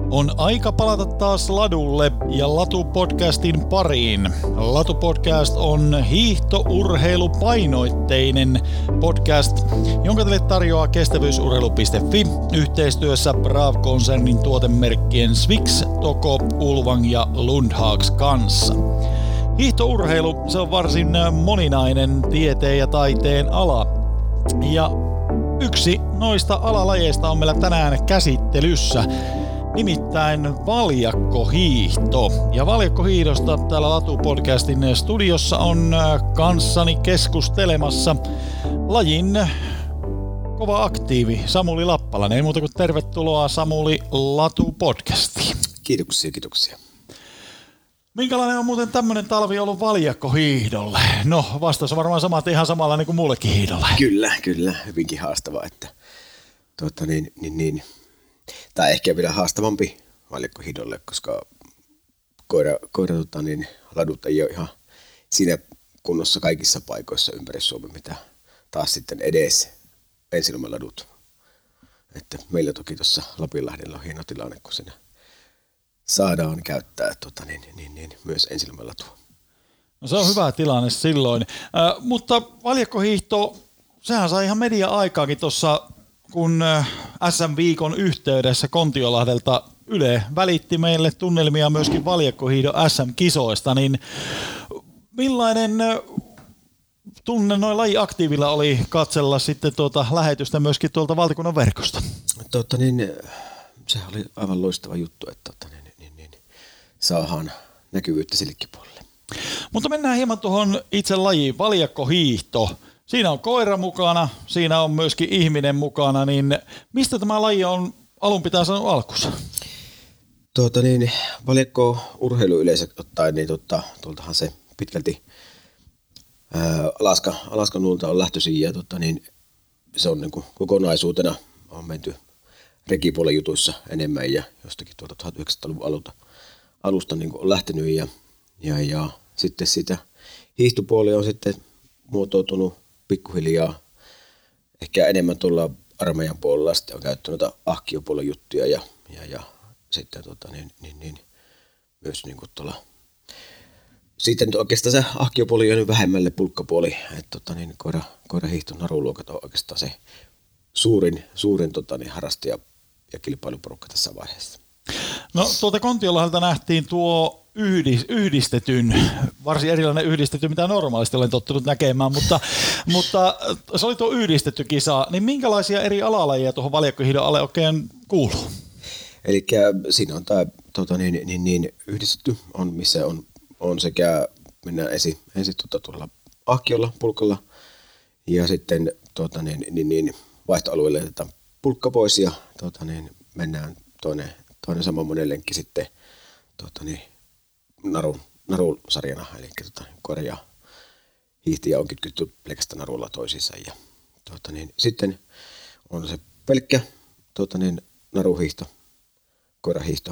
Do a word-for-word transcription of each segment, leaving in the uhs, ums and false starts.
On aika palata taas ladulle ja Latu-podcastin pariin. Latu-podcast on hiihtourheilupainoitteinen podcast, jonka teille tarjoaa kestävyysurheilu piste fi yhteistyössä Brav-konsernin tuotemerkkien Swix, Toko, Ulvang ja Lundhags kanssa. Hiihtourheilu, se on varsin moninainen tieteen ja taiteen ala. Ja yksi noista alalajeista on meillä tänään käsittelyssä. Nimittäin valjakkohiihto. Ja valjakkohiihdosta täällä Latu-podcastin studiossa on kanssani keskustelemassa lajin kova aktiivi Samuli Lappalainen. Ei muuta kuin tervetuloa Samuli Latu-podcastiin. Kiitoksia, kiitoksia. Minkälainen on muuten tämmöinen talvi ollut valjakkohiihdolle? No, vastaus on varmaan sama, ihan samanlainen kuin muullekin hiihdolle. Kyllä, kyllä. Hyvinkin haastava, että tuota, niin, niin, niin. Tai ehkä vielä haastavampi valjakkohiihdolle, koska koira, koira tota, niin, ladut ei ole ihan siinä kunnossa kaikissa paikoissa ympäri Suomen, mitä taas sitten edes ensilomaladut. Että meillä toki tuossa Lapinlahdella on hieno tilanne, kun siinä saadaan käyttää tota, niin, niin, niin, myös ensilomalatua. No se on hyvä tilanne silloin, äh, mutta valjakkohiihto, sehän sai ihan media-aikaakin tuossa, kun S M-viikon yhteydessä Kontiolahdelta Yle välitti meille tunnelmia myöskin valjakkohiihdon S M-kisoista, niin millainen tunne noin lajiaktiivilla oli katsella sitten tuota lähetystä myöskin tuolta valtakunnan verkosta? Totta niin, se oli aivan loistava juttu, että totta, niin, niin, niin, saadaan näkyvyyttä sillekin puolelle. Mutta mennään hieman tuohon itse lajiin, valjakkohiihto. Siinä on koira mukana, siinä on myöskin ihminen mukana, niin mistä tämä laji on alun pitää saanut alkunsa? Tuota niin, valjakko urheilu yleensä ottaen, niin tuota, tuoltahan se pitkälti ää, Alaska, Alaskan nuolta on lähtöisin ja tuota, niin, se on niin kuin kokonaisuutena on menty rekipuolen jutuissa enemmän ja jostakin tuolta tuhatyhdeksänsataaluvun alusta, alusta niin kuin on lähtenyt ja, ja, ja sitten sitä hiihtopuoli on sitten muotoutunut pikkuhiljaa ehkä enemmän tuolla armeijan puolella, sitten on käyttänyt noita ahkiopuolen juttuja ja, ja, ja sitten tota, niin, niin, niin, myös niin kuin tuolla sitten oikeastaan se ahkiopuoli on nyt vähemmälle pulkkapuoli, että tota, niin, koira, koirahiihton naruluokat on oikeastaan se suurin, suurin tota, niin, harrastaja ja kilpailuporukka tässä vaiheessa. No tuolta Kontiolahdelta nähtiin tuo yhdistetyn, varsin erilainen yhdistetty, mitä normaalisti olen tottunut näkemään, mutta, mutta se oli tuo yhdistetty kisa, niin minkälaisia eri alalajia tuohon valjakkohiihdon alle oikein kuuluu? Eli siinä on tämä tota, niin, niin, niin, yhdistetty, on, missä on, on sekä mennään ensin, ensin tota, tuolla ahkiolla, pulkalla ja sitten tota, niin, niin, niin, vaihtoalueelle jätetään pulkka pois ja tota, niin, mennään toinen, toinen samanmoinen lenkki sitten tota, niin, naru, narusarjana, eli tota, koira ja hiihtiä on kytketty pelkästään narulla toisiinsa. Ja, tota, niin, sitten on se pelkkä tota, niin, naruhiihto, koirahiihto.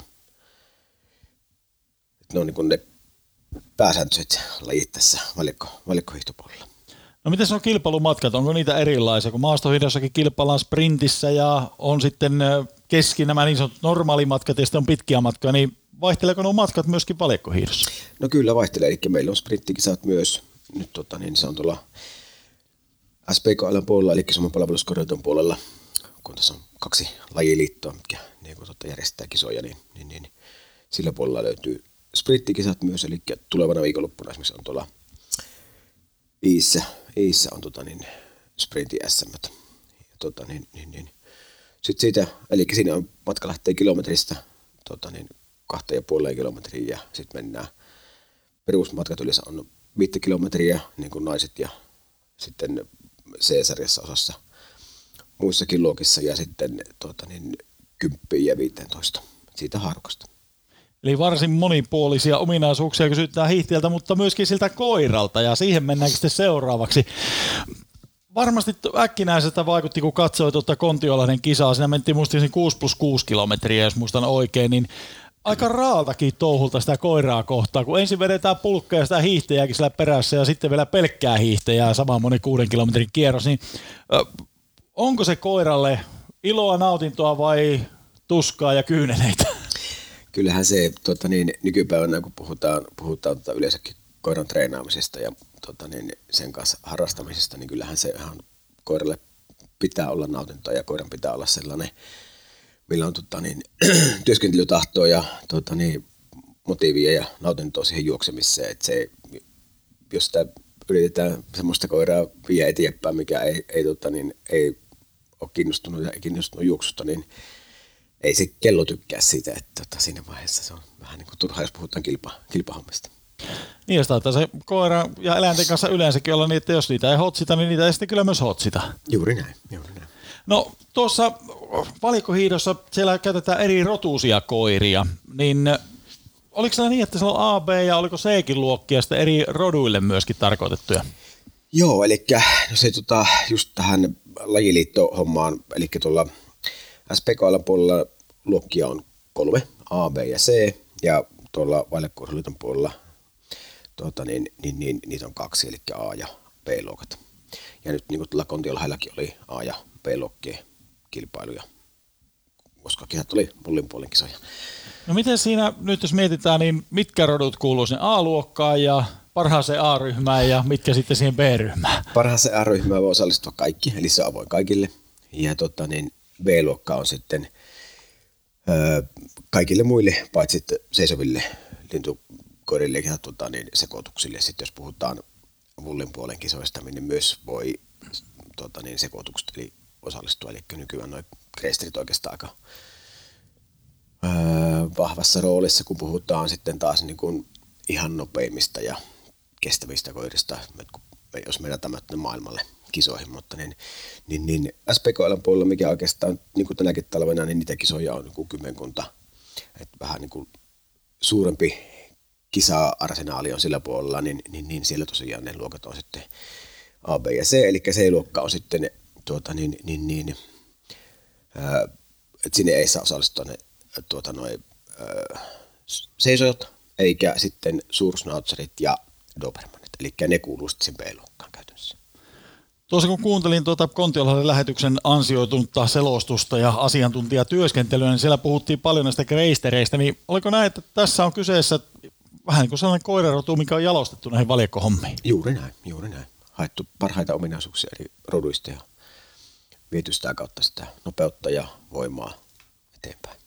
Ne on niin kuin ne pääsääntöiset lajit tässä valikko, valikkohiihtopuolella. No miten on kilpailumatkat, onko niitä erilaisia? Kun maastohiihdossakin kilpaillaan sprintissä ja on sitten keski nämä niin sanotut normaalimatkat ja sitten on pitkiä matkoja, niin vaihteleeko nuo matkat myöskin valjakkohiihdossa? No kyllä vaihtelee, eli meillä on sprinttikisat myös, nyt tota, niin se on tuolla S P K L:n puolella, eli Suomen palveluskoordinaation puolella, kun tässä on kaksi lajiliittoa, mitkä niin kun, tota, järjestää kisoja, niin, niin, niin sillä puolella löytyy sprinttikisat myös, eli tulevana viikonloppuna esimerkiksi on tuolla Iissä, Iissä on tota, niin, sprintin S M. Tota, niin, niin, niin. Sitten siitä, eli siinä on matka lähtee kilometristä tota, niin, kahteen ja puoleen kilometriä ja sitten mennään. Perusmatkat yleensä on viittä kilometriä, niin kuin naiset ja sitten C-sarjassa osassa muissakin luokissa ja sitten tota, niin, kymppiin ja viiteentoista siitä haarukasta. Eli varsin monipuolisia ominaisuuksia kysytään hiihtiöltä, mutta myöskin siltä koiralta ja siihen mennäänkin sitten seuraavaksi. Varmasti äkkinäiseltä vaikutti, kun katsoi tuota Kontiolahden kisaa. Siinä mentiin musta kuusi plus kuusi kilometriä, jos muistan oikein, niin aika raaltakin touhulta sitä koiraa kohtaa, kun ensin vedetään pulkkaa ja sitä hiihtäjääkin siellä perässä ja sitten vielä pelkkää hiihtäjää, sama moni kuuden kilometrin kierros, niin ö, onko se koiralle iloa, nautintoa vai tuskaa ja kyyneleitä? kyllähän se tota niin, nykypäivänä, kun puhutaan, puhutaan tota yleensäkin koiran treenaamisesta ja tota niin, sen kanssa harrastamisesta, niin kyllähän se ihan koiralle pitää olla nautintoa ja koiran pitää olla sellainen, millä on tota niin, työskentelytahtoa ja tota niin, motiivia ja nautintoa siihen juoksemiseen. Että se, jos sitä yritetään semmoista koiraa viedä eteenpäin, mikä ei, ei, tota niin, ei ole kiinnostunut ja kiinnostunut juoksusta, niin ei se kello tykkää siitä, että tota, siinä vaiheessa se on vähän niin kuin turhaa, jos puhutaan kilpa, kilpahommista. Niin, jos taitaa se koira ja eläinten kanssa yleensäkin olla niin, että jos niitä ei hotsita, niin niitä ei sitten kyllä myös hotsita. Juuri näin, juuri näin. No tuossa valikohiidossa siellä käytetään eri rotuisia koiria, niin oliko se niin, että siellä on A, B ja oliko C-kin luokkia sitten eri roduille myöskin tarkoitettuja? Joo, eli no se tota, just tähän lajiliittohommaan, eli tuolla S P K L:n puolella luokkia on kolme, A, B ja C, ja tuolla Valjakko-Urheiluliiton puolella tuota, niin, niin, niin, niitä on kaksi, eli A- ja B-luokat. Ja nyt niin kuin tuolla Kontiolahdellakin oli A- ja B-luokkien kilpailuja, koska kisat oli pullin puolin kisoja. No miten siinä nyt jos mietitään, niin mitkä rodut kuuluu sinne A-luokkaan ja parhaaseen A-ryhmään ja mitkä sitten siihen B-ryhmään? Parhaaseen A-ryhmään voi osallistua kaikki, eli se on avoin kaikille. Ja tota, niin B-luokka on sitten ö, kaikille muille, paitsi seisoville lintukoirille ja tota, niin sekoituksille. Sitten jos puhutaan vullin puolen kisoista, niin myös voi tota, niin sekoitukset eli osallistua. Eli nykyään nuo kreesterit oikeastaan aika ö, vahvassa roolissa, kun puhutaan sitten taas niin kuin ihan nopeimmista ja kestävistä koirista, jos mennään tämmöinen maailmalle kisoihin, mutta niin, niin, niin S P K L:n puolella, mikä oikeastaan niin kuin tänäkin talvena, niin niitä kisoja on niin kuin kymmenkunta. Että vähän niin kuin suurempi kisa-arsenaali on sillä puolella, niin, niin, niin siellä tosiaan ne luokat on sitten A, B ja C, eli C-luokka on sitten tuota, niin, niin, niin, ää, että sinne ei saa osallistua ne tuota, noi, ää, seisojat, eikä sitten suursnautserit ja dobermannit, eli ne kuuluu sitten sen B-luokkaan käytännössä. Tuossa kun kuuntelin tuota Kontiolahden lähetyksen ansioitunutta selostusta ja asiantuntijatyöskentelyä, niin siellä puhuttiin paljon näistä kreistereistä, niin oliko näin, että tässä on kyseessä vähän niin kuin sellainen koirarotu, mikä on jalostettu näihin valjakkohommiin? Juuri näin, juuri näin. Haettu parhaita ominaisuuksia eri roduista ja viety sitä kautta sitä nopeutta ja voimaa eteenpäin.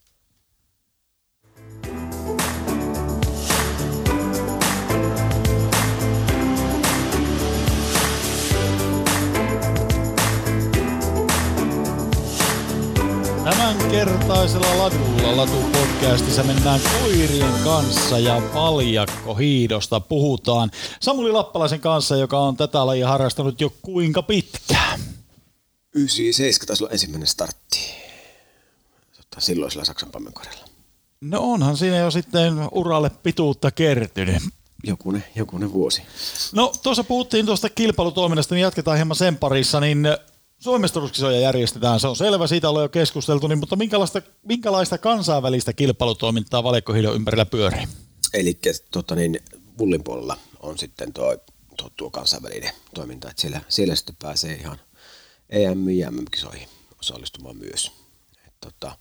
Tämänkertaisella Ladulla Latu-podcastissa mennään koirien kanssa ja valjakkohiidosta puhutaan Samuli Lappalaisen kanssa, joka on tätä lajia harrastanut jo kuinka pitkään? yhdeksänkymmentäseitsemän taisi olla ensimmäinen startti silloisella Saksan pammenkoiralla. No onhan siinä jo sitten uralle pituutta kertynyt. Jokunen, jokunen vuosi. No tuossa puhuttiin tuosta kilpailutoiminnasta, niin jatketaan hieman sen parissa, niin Suomen mestaruuskisoja järjestetään, se on selvä, siitä ollaan jo keskusteltu, niin, mutta minkälaista, minkälaista kansainvälistä kilpailutoimintaa valjakkohiidon ympärillä pyörii? Eli tota niin, vullin puolella on sitten tuo, tuo, tuo kansainvälinen toiminta, että siellä, siellä sitten pääsee ihan E M ja M M-kisoihin osallistumaan myös. Et tota,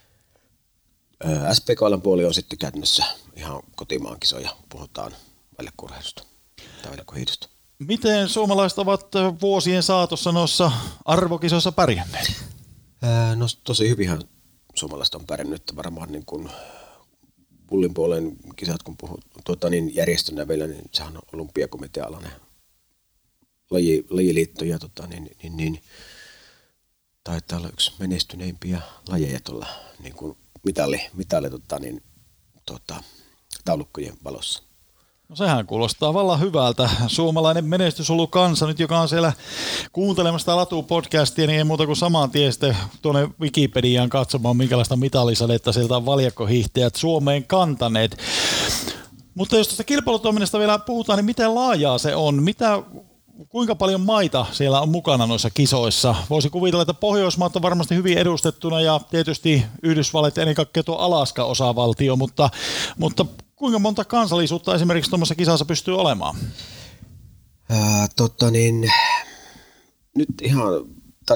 S P K L:n puoli on sitten käytännössä ihan kotimaan kisoja, puhutaan valjakko-urheilusta tai valjakkohiidosta. Miten suomalaiset ovat vuosien saatossa noissa arvokisoissa pärjänneet? Ää, no tosi hyvinhän suomalaiset on pärjännyt, varmaan niin kuin pullin puolen kisat, kun puhut, tuota, niin järjestönä vielä, niin sehän on olympiakomitea-alainen laji, lajiliitto ja tota, niin, niin, niin, taitaa olla yksi menestyneimpiä lajeja tuolla niin kuin mitali, mitali tota, niin, tota, taulukkojen valossa. No sehän kuulostaa vallan hyvältä. Suomalainen menestysolu kansa nyt, joka on siellä kuuntelemassa Latu-podcastia, niin ei muuta kuin saman tien sitten tuonne Wikipediaan katsomaan, minkälaista mitalisadetta sieltä on valjakkohiihtäjät Suomeen kantaneet. Mutta jos tuosta kilpailutoiminnasta vielä puhutaan, niin miten laajaa se on? Mitä, kuinka paljon maita siellä on mukana noissa kisoissa? Voisi kuvitella, että Pohjoismaat on varmasti hyvin edustettuna ja tietysti Yhdysvallat ennen kaikkea tuo Alaska-osavaltio, mutta, mutta kuinka monta kansallisuutta esimerkiksi tuommoisessa kisassa pystyy olemaan? Ää, totta niin, nyt ihan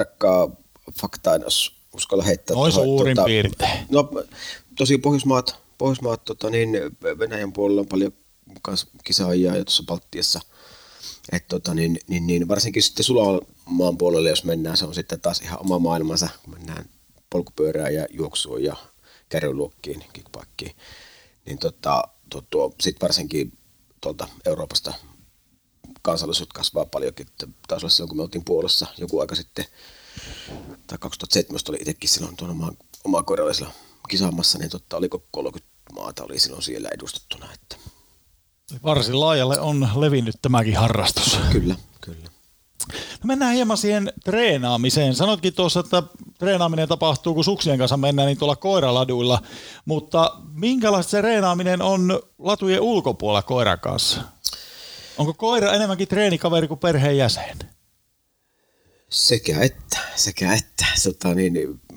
tarkkaa faktaa en uskalla heittää. Noin suurin tuota, piirtein. No tosiaan Pohjoismaat, Pohjoismaat, tota, niin Venäjän puolella on paljon kans kisaajia ja tuossa Baltiassa. Et, tota, niin, niin, niin, varsinkin sitten Sulamaan puolelle, jos mennään, se on sitten taas ihan oma maailmansa, kun mennään polkupyörään ja juoksuun ja kärryluokkiin, kickbikeen. Niin tota, tuo, tuo, sitten varsinkin tuolta Euroopasta kansallisuus kasvaa paljonkin. Taisi olla silloin, kun me oltiin Puolassa joku aika sitten, tai kaksituhattaseitsemäntoista oli itsekin silloin tuon omaa, omaa koirallisella kisaamassa, niin totta, oliko kolmekymmentä maata oli silloin siellä edustettuna. Että. Varsin laajalle on levinnyt tämäkin harrastus. Kyllä, kyllä. No mennään hieman siihen treenaamiseen. Sanotkin tuossa, että treenaaminen tapahtuu, kun suksien kanssa mennään niin tuolla koiraladuilla, mutta minkälaista se treenaaminen on latujen ulkopuolella koiran kanssa? Onko koira enemmänkin treenikaveri kuin perheenjäsen? Sekä että, sekä että. Sota, niin,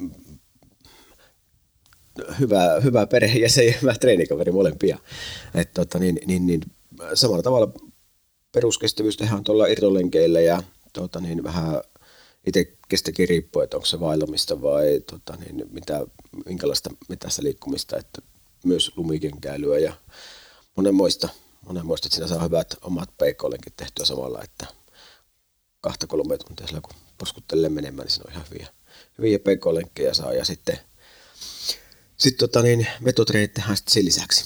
hyvä, hyvä perheenjäsen ja hyvä treenikaveri molempia. Et, tota, niin, niin, niin, samalla tavalla peruskestävyys tehdään tuolla irtolenkeillä ja tota, niin, vähän itse kestäkin riippuu, että onko se vaeltamista vai tota, niin, mitä, minkälaista mitästä liikkumista, että myös lumikenkäilyä ja monenmoista. Monenmoista, että siinä saa hyvät omat P K-lenkit tehtyä samalla, että kahta kolme tuntia sillä kun porskuttelee menemään, niin siinä on ihan hyviä, hyviä P K-lenkkejä saa ja sitten sit, tota, niin, vetotreenit tehdään sitten sen lisäksi.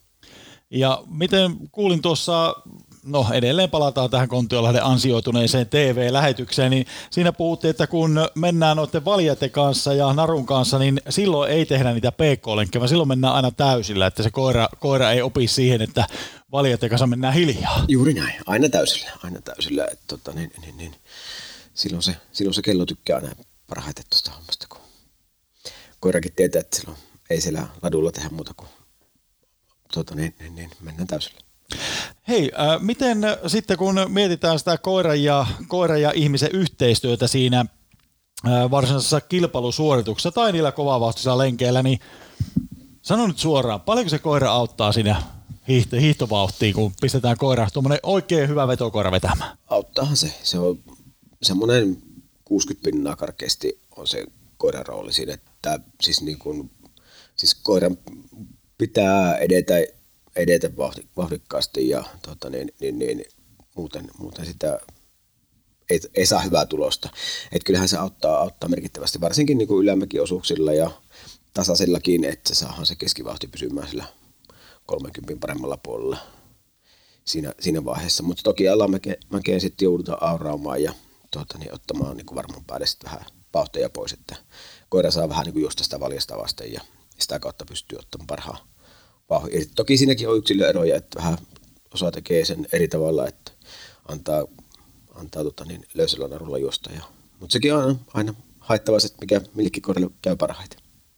Ja miten kuulin tuossa, no edelleen palataan tähän Kontiolahden ansioituneeseen T V-lähetykseen, niin siinä puhuttiin, että kun mennään noiden valjaiden kanssa ja narun kanssa, niin silloin ei tehdä niitä P K-lenkkejä, vaan silloin mennään aina täysillä, että se koira, koira ei opi siihen, että valjaiden kanssa mennään hiljaa. Juuri näin, aina täysillä, aina täysillä, että tota, niin, niin, niin. Silloin, se, silloin se kello tykkää aina parhaiten tuosta hommasta, kun koirakin tietää, että silloin ei siellä ladulla tehdä muuta kuin tota, niin, niin, niin, mennään täysillä. Hei, äh, miten sitten kun mietitään sitä koiran ja, koiran ja ihmisen yhteistyötä siinä äh, varsinaisessa kilpailusuorituksessa tai niillä kovavauhtisilla lenkeillä, niin sano nyt suoraan, paljonko se koira auttaa siinä hiihto, hiihtovauhtiin, kun pistetään koira, tuommoinen oikein hyvä vetokoira vetämään? Auttaahan se. Se on semmoinen kuusikymmentä pinnaa karkeasti on se koiran rooli siinä, että siis, niin kuin, siis koiran pitää edetä edetä vauhdikkaasti ja tota, niin, niin, niin, muuten, muuten sitä ei, ei saa hyvää tulosta. Et kyllähän se auttaa, auttaa merkittävästi, varsinkin niin kuin ylämäkiosuuksilla ja tasaisillakin, että se saadaan se keskivauhti pysymään sillä kolmekymmentä paremmalla puolella siinä, siinä vaiheessa. Mutta toki alamäkeen sitten joudutaan auraamaan ja tota, niin, ottamaan niin kuin varman päälle vähän vauhteja pois, että koira saa vähän niin kuin juosta sitä valjasta vasten ja sitä kautta pystyy ottamaan parhaan vauhdin. Toki siinäkin on yksilöeroja, että vähän osa tekee sen eri tavalla, että antaa, antaa tota niin, löysällä narulla juosta. Ja, mutta sekin on aina, aina haittava se, mikä millekin koiralle käy parhaiten.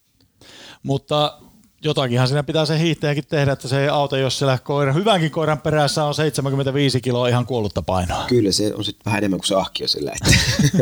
Mutta jotakinhan siinä pitää se hiihtäjäkin tehdä, että se ei auta, jos siellä koira, hyvänkin koiran perässä on seitsemänkymmentäviisi kiloa ihan kuollutta painoa. Kyllä se on sitten vähän enemmän kuin se ahkio sillä, että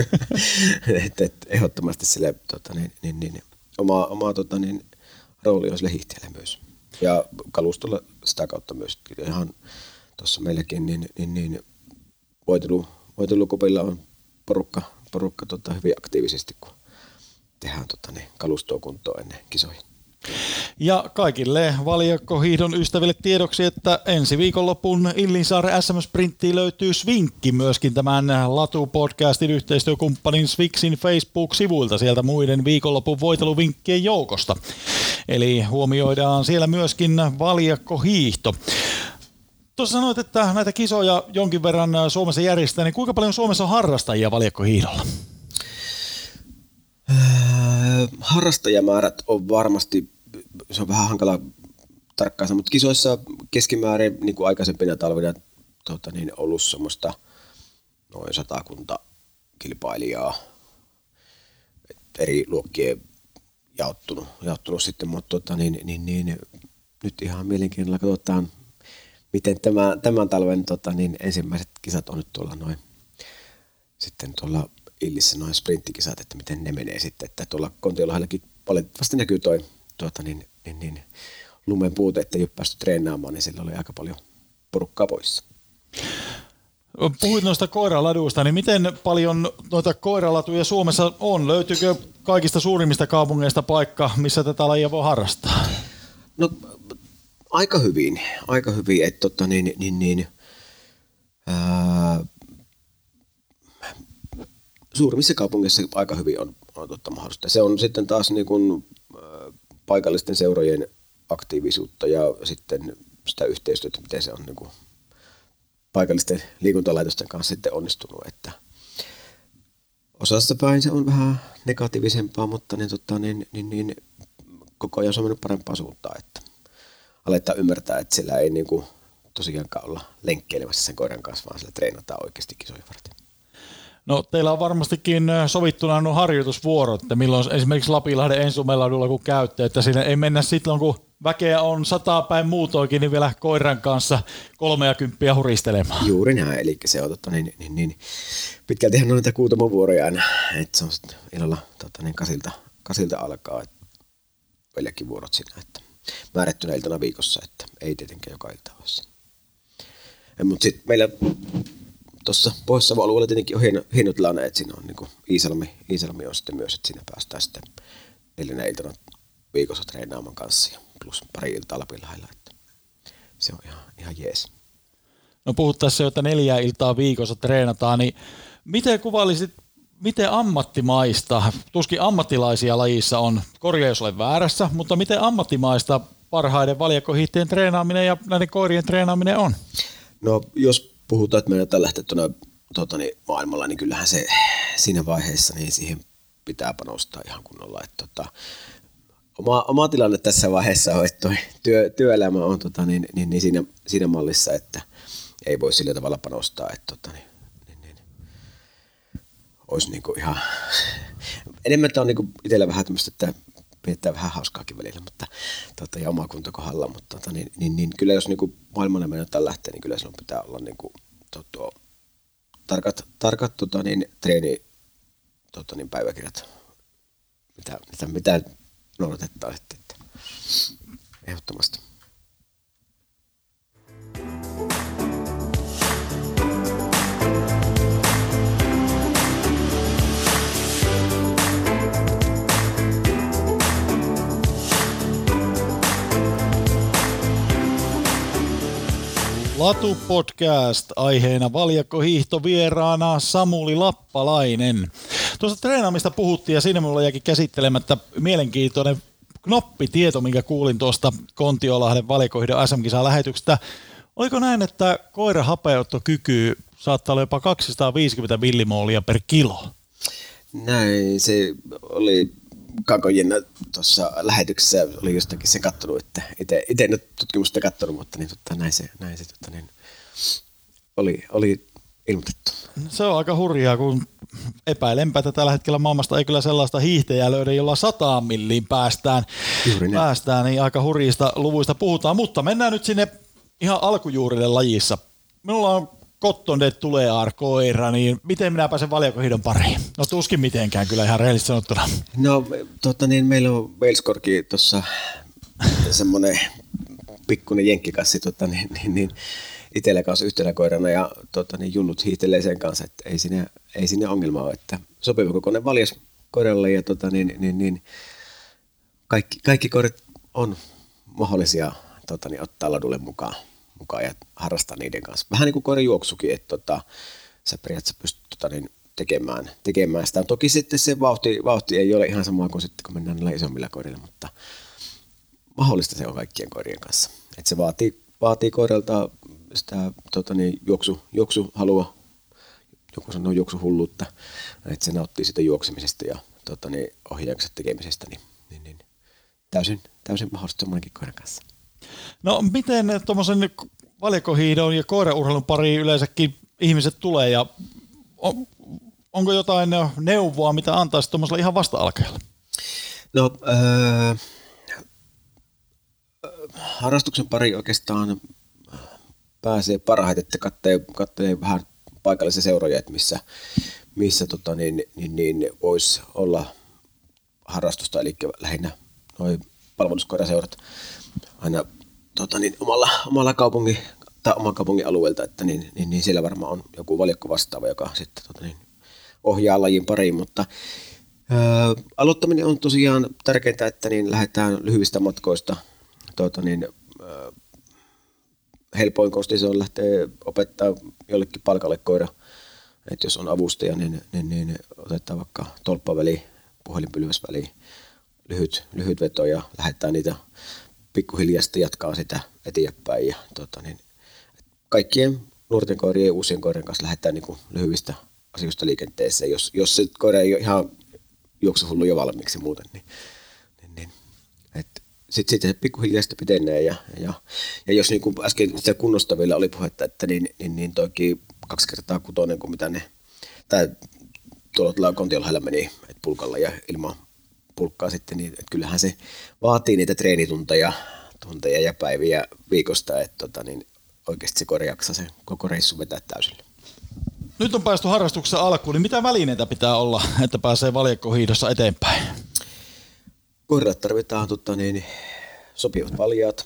et, et, ehdottomasti sille tota, niin, niin, niin, oma, oma tota, niin, rooli on sille hiihtäjälle myös. Ja kalustolla sitä kautta myös. Ihan tuossa meilläkin niin, niin, niin voitelu, voitelukopilla on porukka, porukka tota, hyvin aktiivisesti, kun tehdään tota, niin, kalustoa kuntoon ennen kisoja. Ja kaikille valjakkohiihdon ystäville tiedoksi, että ensi viikonlopun Illinsaaren S M-sprinttiin löytyy Svinkki myöskin tämän Latu-podcastin yhteistyökumppanin Sviksin Facebook-sivuilta sieltä muiden viikonlopun voiteluvinkkien joukosta. Eli huomioidaan siellä myöskin valjakkohiihto. Tuossa sanoit, että näitä kisoja jonkin verran Suomessa järjestetään, niin kuinka paljon Suomessa on harrastajia valjakkohiihdolla? Harrastajamäärät on varmasti, se on vähän hankala tarkkaan sanoa, mutta kisoissa keskimäärin niin kuin aikaisempina talvina tota, niin ollut semmoista noin satakunta kilpailijaa eri luokkien jaottunut, jaottunut sitten, mutta tota, niin, niin, niin, nyt ihan mielenkiinnolla katsotaan, miten tämä, tämän talven tota, niin ensimmäiset kisat on nyt tuolla noin sitten tuolla Illissä noin sprinttikisat, että miten ne menee sitten, että tuolla Kontiolahdellakin valitettavasti näkyy toi tuota, niin, niin, niin, lumen puute, että ei ole päästy treenaamaan, niin sillä oli aika paljon porukkaa poissa. Puhuit noista koiraladuista, niin miten paljon noita koiralatuja Suomessa on? Löytyykö kaikista suurimmista kaupungeista paikka, missä tätä lajia voi harrastaa? No aika hyvin, aika hyvin, että tota, niin, niin, niin, ää, suurimmissa kaupungeissa aika hyvin on, on totta mahdollista. Se on sitten taas niin kuin, ää, paikallisten seurojen aktiivisuutta ja sitten sitä yhteistyötä, miten se on niin kuin paikallisten liikuntalaitosten kanssa sitten onnistunut, että osassa päin se on vähän negatiivisempaa, mutta niin, tota, niin, niin, niin, koko ajan se on mennyt parempaan suuntaan, että aletaan ymmärtää, että siellä ei niin kuin tosiaankaan olla lenkkeilemässä sen koiran kanssa, vaan siellä treenataan oikeasti kisoja varten. No teillä on varmastikin sovittuna nuo harjoitusvuorot, että milloin esimerkiksi Lapinlahden Ensumelaudulla kun käytte, että sinne ei mennä silloin, kun väkeä on sataa päin muutoinkin, niin vielä koiran kanssa kolmea kymppiä huristelemaan. Juuri näin, eli se on totta, niin, niin, niin pitkältihän on niitä kuutamovuoroja aina, että se on sitten illalla totta, niin kasilta, kasilta alkaa, että veljakin vuorot siinä, että määrättynä iltana viikossa, että ei tietenkään joka ilta olisi. Mutta sitten meillä tuossa Pohjois-Savon alueella tietenkin on hieno, hieno tilanne, että siinä on niin kuin Iisalmi, Iisalmi on sitten myös, että siinä päästään sitten neljänä iltana viikossa treenaamaan kanssa ja plus pari iltaa Lapinlahdella, että se on ihan, ihan jees. No puhuttaessa jo, että neljä iltaa viikossa treenataan, niin miten kuvailisit, miten ammattimaista, tuskin ammattilaisia lajissa on, korjaa jos olen väärässä, mutta miten ammattimaista parhaiden valjakkohiihteen treenaaminen ja näiden koirien treenaaminen on? No jos puhutaan, että meidän lähteä tuonne tuota, niin maailmalla, niin kyllähän se siinä vaiheessa niin siihen pitää panostaa ihan kunnolla. Että, tota, oma, oma tilanne tässä vaiheessa on, että työ, työelämä on tota, niin, niin, niin siinä, siinä mallissa, että ei voi sillä tavalla panostaa, että tota, niin, niin, niin, olisi niinku ihan enemmän tämä on niinku itsellä vähän tämmöistä, että pidetään vähän hauskaakin välillä, mutta tota, ja oma kunto kohdalla, mutta tota, niin, niin, niin, kyllä jos niinku maailmalle mennään lähtee, niin kyllä silloin pitää olla niinku, to, tuo, tarkat, tarkat tota, niin, treeni tota, niin, päiväkirjat, mitä, mitä, mitä noudatetaan sitten, että ehdottomasti. Latu Podcast, aiheena valjakkohiihto, vieraana Samuli Lappalainen. Tuosta treenaamista puhuttiin ja siinä minulla jäikin käsittelemättä mielenkiintoinen knoppitieto, minkä kuulin tuosta Kontiolahden valjakkohiihdon S M-kisalähetyksestä. Oliko näin, että koiran hapeuttokyky saattaa olla jopa kaksisataaviisikymmentä millimoolia per kilo? Näin, se oli Kakojenna tuossa lähetyksessä, oli jostakin sen kattonut, että itse en ole tutkimusta kattonut, mutta niin, totta, näin se, näin se totta, niin, oli, oli ilmoitettu. Se on aika hurjaa, kun epäilenpä, että tällä hetkellä maailmasta ei kyllä sellaista hiihtäjää löydä, jolla sataan milliin päästään, päästään niin aika hurjista luvuista puhutaan, mutta mennään nyt sinne ihan alkujuurille lajissa. Minulla on Cotton de Tulear-koira, niin miten minä pääsen valjakkohiidon pariin? No tuskin mitenkään kyllä ihan rehellisesti sanottuna. No tota niin, meillä on Waleskorki tuossa semmoinen pikkuinen jenkkikassi tota, niin, niin, niin, itsellä kanssa yhtenä koirana ja tota, niin, junnut hiihtelee sen kanssa, että ei siinä, ei siinä ongelmaa ole, että sopiva kokoinen valjas koiralle ja tota, niin, niin, niin, kaikki, kaikki koirat on mahdollisia tota, niin, ottaa ladulle mukaan. mukaan ja harrastaa niiden kanssa. Vähän niin kuin koiran juoksukin, että tota, sä periaatteessa pystyt tota, niin tekemään, tekemään sitä. Toki sitten se vauhti, vauhti ei ole ihan sama kuin sitten, kun mennään näillä isommilla koirilla, mutta mahdollista se on kaikkien koirien kanssa. Et se vaatii, vaatii koiralta sitä tota, niin, juoksu, juoksuhalua, joku sanoo juoksuhulluutta, että se nauttii sitä juoksemisesta ja tota, niin, ohjaukset tekemisestä, niin, niin, niin täysin, täysin mahdollista semmoinenkin koiran kanssa. No miten tuommoisen valjakkohiidon ja koiraurheilun pariin yleensäkin ihmiset tulee ja on, onko jotain neuvoa, mitä antaisi tuommoiselle ihan vasta-alkajalle? No äh, harrastuksen pari oikeastaan pääsee parhaiten, että katsoo, katsoo vähän paikallisia seuroja, että missä, missä tota, niin, niin, niin voisi olla harrastusta, eli lähinnä noin palveluskoiraseurat aina tota, niin, omalla, omalla kaupungin tai oman kaupungin alueelta, että niin, niin, niin siellä varmaan on joku valjakko vastaava, joka sitten tota, niin, ohjaa lajin pariin, mutta ää, aloittaminen on tosiaan tärkeintä, että niin lähdetään lyhyistä matkoista tota, niin, ää, helpoin konsti se on lähteä opettaa jollekin palkalle koira. Että jos on avustaja, niin, niin, niin otetaan vaikka tolppaväli, puhelinpylväsväli, lyhyt, lyhyt veto ja lähdetään niitä pikkuhiljaa jatkaa sitä eteenpäin. Ja, tota, niin, kaikkien nuorten koirien ja uusien koirien kanssa lähdetään niin kuin lyhyistä asioista liikenteeseen. Jos, jos se koira ei ole ihan juoksuhullu jo valmiiksi muuten, niin, niin, niin sitten sit se pikkuhiljaa sitten pitenee. Ja, ja, ja jos niin kuin äsken sitä kunnosta vielä oli puhetta, että niin, niin, niin toikin kaksi kertaa kutonen, kuin mitä ne, tai tuolla Kontiolahella meni et pulkalla ja ilman pulkkaa sitten, niin että kyllähän se vaatii niitä treenitunteja tunteja ja päiviä viikosta, että tota, niin oikeasti se koira jaksaa sen koko reissun vetää täysille. Nyt on päästy harrastuksen alkuun, niin mitä välineitä pitää olla, että pääsee valjakkohiihdossa eteenpäin? Koiralle tarvitaan tota, niin, sopivat valjaat,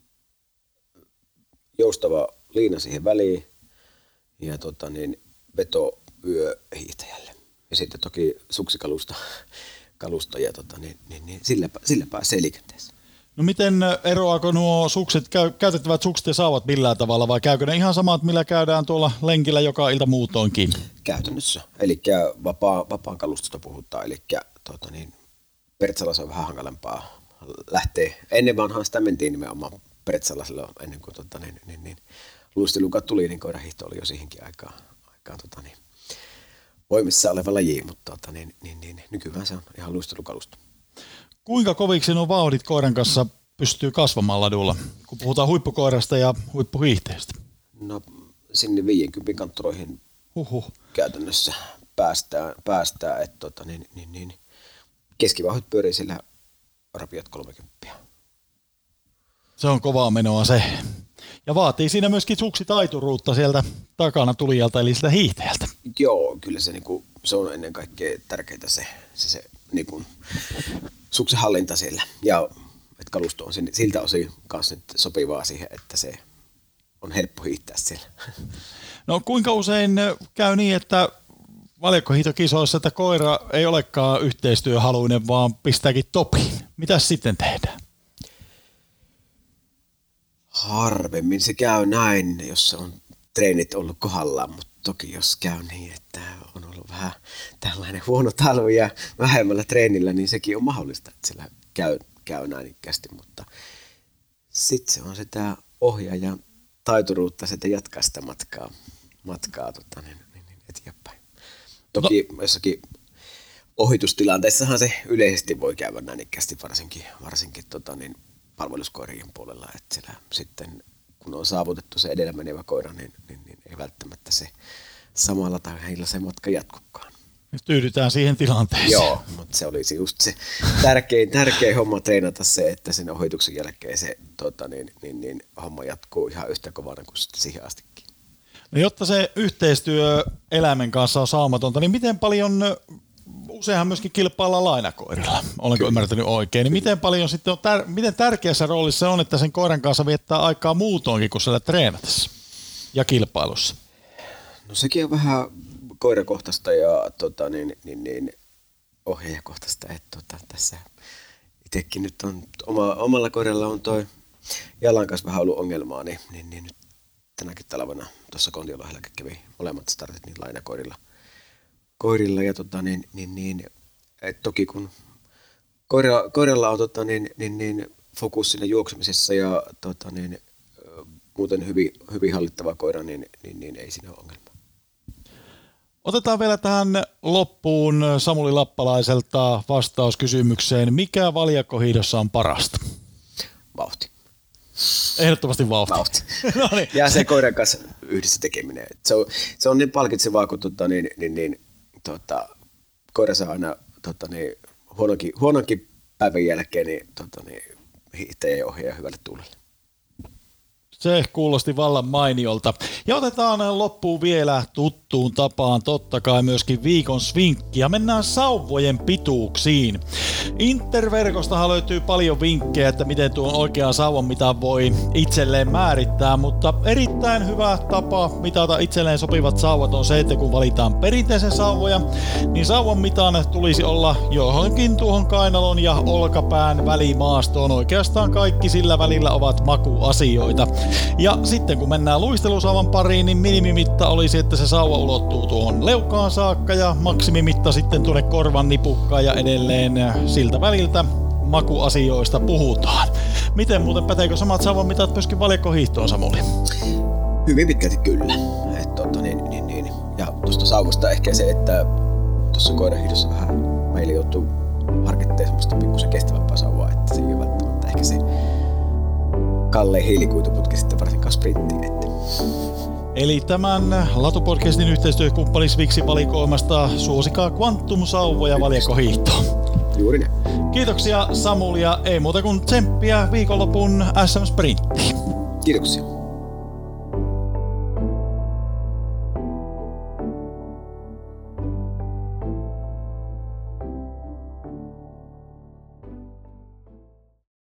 joustava liina siihen väliin ja tota, niin, veto yö hiihtäjälle. Ja sitten toki suksikalusta kalusta, ja tota, niin, niin, niin, sillä, sillä pääsee liikenteessä. No miten eroako nuo sukset, käy, käytettävät sukset ja sauvat millään tavalla, vai käykö ne ihan samat, millä käydään tuolla lenkillä joka ilta muutoinkin? Käytännössä. Eli vapaa, vapaan kalustosta puhutaan, eli tota, niin, Pertsalassa on vähän hankalampaa lähteä. Ennen vanhaan sitä mentiin nimenomaan Pertsalasella, ennen kuin tota, niin, niin, niin, luistilukat tuli, niin koirahiihto oli jo siihenkin aikaan, aikaan tota, niin, voimissa oleva laji, mutta tota, niin, niin, niin, nykyään se on ihan luistelukalusto. Kuinka koviksi nuo vauhdit koiran kanssa pystyy kasvamaan ladulla, kun puhutaan huippukoirasta ja huippuhiihteestä? No sinne viidenkymmenen kantturoihin Huhhuh. käytännössä päästään, päästään että tota, niin, niin, niin, keskivauhdit pyörii sillä rapiat kolmekymmentä. Se on kovaa menoa se. Ja vaatii siinä myöskin suksitaituruutta sieltä takana tulijalta, eli sitä hiihtäjältä. Joo, kyllä se, niin kuin, se on ennen kaikkea tärkeää se, se, se niin kuin, suksen hallinta siellä. Ja että kalusto on siltä osin kanssa nyt sopivaa siihen, että se on helppo hiihtää siellä. No kuinka usein käy niin, että valjakkohiihtokisoissa, että koira ei olekaan yhteistyöhaluinen, vaan pistääkin topiin? Mitäs sitten tehdään? Harvemmin se käy näin, jos se on treenit ollut kohdallaan, mutta toki jos käy niin, että on ollut vähän tällainen huono talvi ja vähemmällä treenillä, niin sekin on mahdollista, että sillä käy, käy näin ikkästi, mutta sitten se on sitä ohjaajan taituruutta sitä jatkaa sitä matkaa, matkaa tota, niin, niin, eteenpäin. Toki no. Jossakin ohitustilanteessahan se yleisesti voi käydä näin ikkästi, varsinkin, varsinkin tota, niin, palveluskoirien puolella, että siellä sitten kun on saavutettu se edellä menevä koira, niin, niin, niin ei välttämättä se samalla tahdilla se matka jatkukaan. Tyydytään siihen tilanteeseen. Joo, mutta se olisi just se tärkein, tärkein homma treenata se, että sen ohituksen jälkeen se tota, niin, niin, niin, homma jatkuu ihan yhtä kovana kuin sitten siihen astikin. No, jotta se yhteistyö eläimen kanssa on saumatonta, niin miten paljon, useinhan myöskin kilpaillaan lainakoirilla, olenko Kyllä. ymmärtänyt oikein, niin miten paljon sitten on, tär- miten tärkeässä roolissa se on, että sen koiran kanssa viettää aikaa muutoinkin kuin siellä treenatessa ja kilpailussa? No sekin on vähän koirakohtaista ja tota, niin, niin, niin, ohjaajakohtaista, että tota, tässä itsekin nyt on, oma, omalla koiralla on toi jalan kanssa vähän ollut ongelmaa, niin, niin, niin nyt tänäkin talvena tuossa Kontiolahella kävi molemmat startit niin lainakoirilla. Koirilla ja tota, niin, niin, niin, et toki kun koira, koiralla on tota, niin, niin, niin, fokus siinä juoksemisessa ja tota, niin, muuten hyvin, hyvin hallittava koira, niin, niin, niin ei siinä ole ongelmaa. Otetaan vielä tähän loppuun Samuli Lappalaiselta vastaus kysymykseen. Mikä valjakkohiihdossa on parasta? Vauhti. Ehdottomasti vauhti. Vauhti. No niin. Ja sen koiran kanssa yhdessä tekeminen. Se on, se on niin palkitsevaa, kun tota, niin, niin, niin, tota, koira saa aina tota, niin, huononkin, huononkin päivän jälkeen niin, tota, niin, hiihtäjä ja ohjaaja hyvälle tuulelle. Se kuulosti vallan mainiolta. Ja otetaan loppuun vielä tuttuun tapaan totta kai myöskin viikon svinkki ja mennään sauvojen pituuksiin. Interverkostahan löytyy paljon vinkkejä, että miten tuon oikean sauvan mitan voi itselleen määrittää, mutta erittäin hyvä tapa mitata itselleen sopivat sauvat on se, että kun valitaan perinteisen sauvoja, niin sauvan mitan tulisi olla johonkin tuohon kainalon ja olkapään välimaastoon. Oikeastaan kaikki sillä välillä ovat makuasioita. Ja sitten kun mennään luistelusauvan pariin, niin minimimitta olisi, että se sauva ulottuu tuohon leukaan saakka ja maksimimitta sitten tuonne korvan nipukkaan ja edelleen siltä väliltä makuasioista puhutaan. Miten muuten päteekö samat sauvan mitat myöskin valjakkohiihtoon, Samuli? Hyvin pitkälti kyllä. Et, tota, niin, niin, niin. Ja tuosta sauvasta ehkä se, että tuossa koirahiihdossa vähän meillä joutuu harkitteen semmoista pikkusen kestävämpää sauvaa, että se ei ole välttämättä ehkä se kallein hiilikuituputki sitten varsinkaan sprinttiin. Että. Eli tämän Latupodcastin yhteistyökumppani Swixin valikoimasta suosikaa Quantum-sauvoja valjakkohiihtoon. Juuri ne. Kiitoksia Samuli ja ei muuta kuin tsemppiä viikonlopun S M-sprinttiin. Kiitoksia.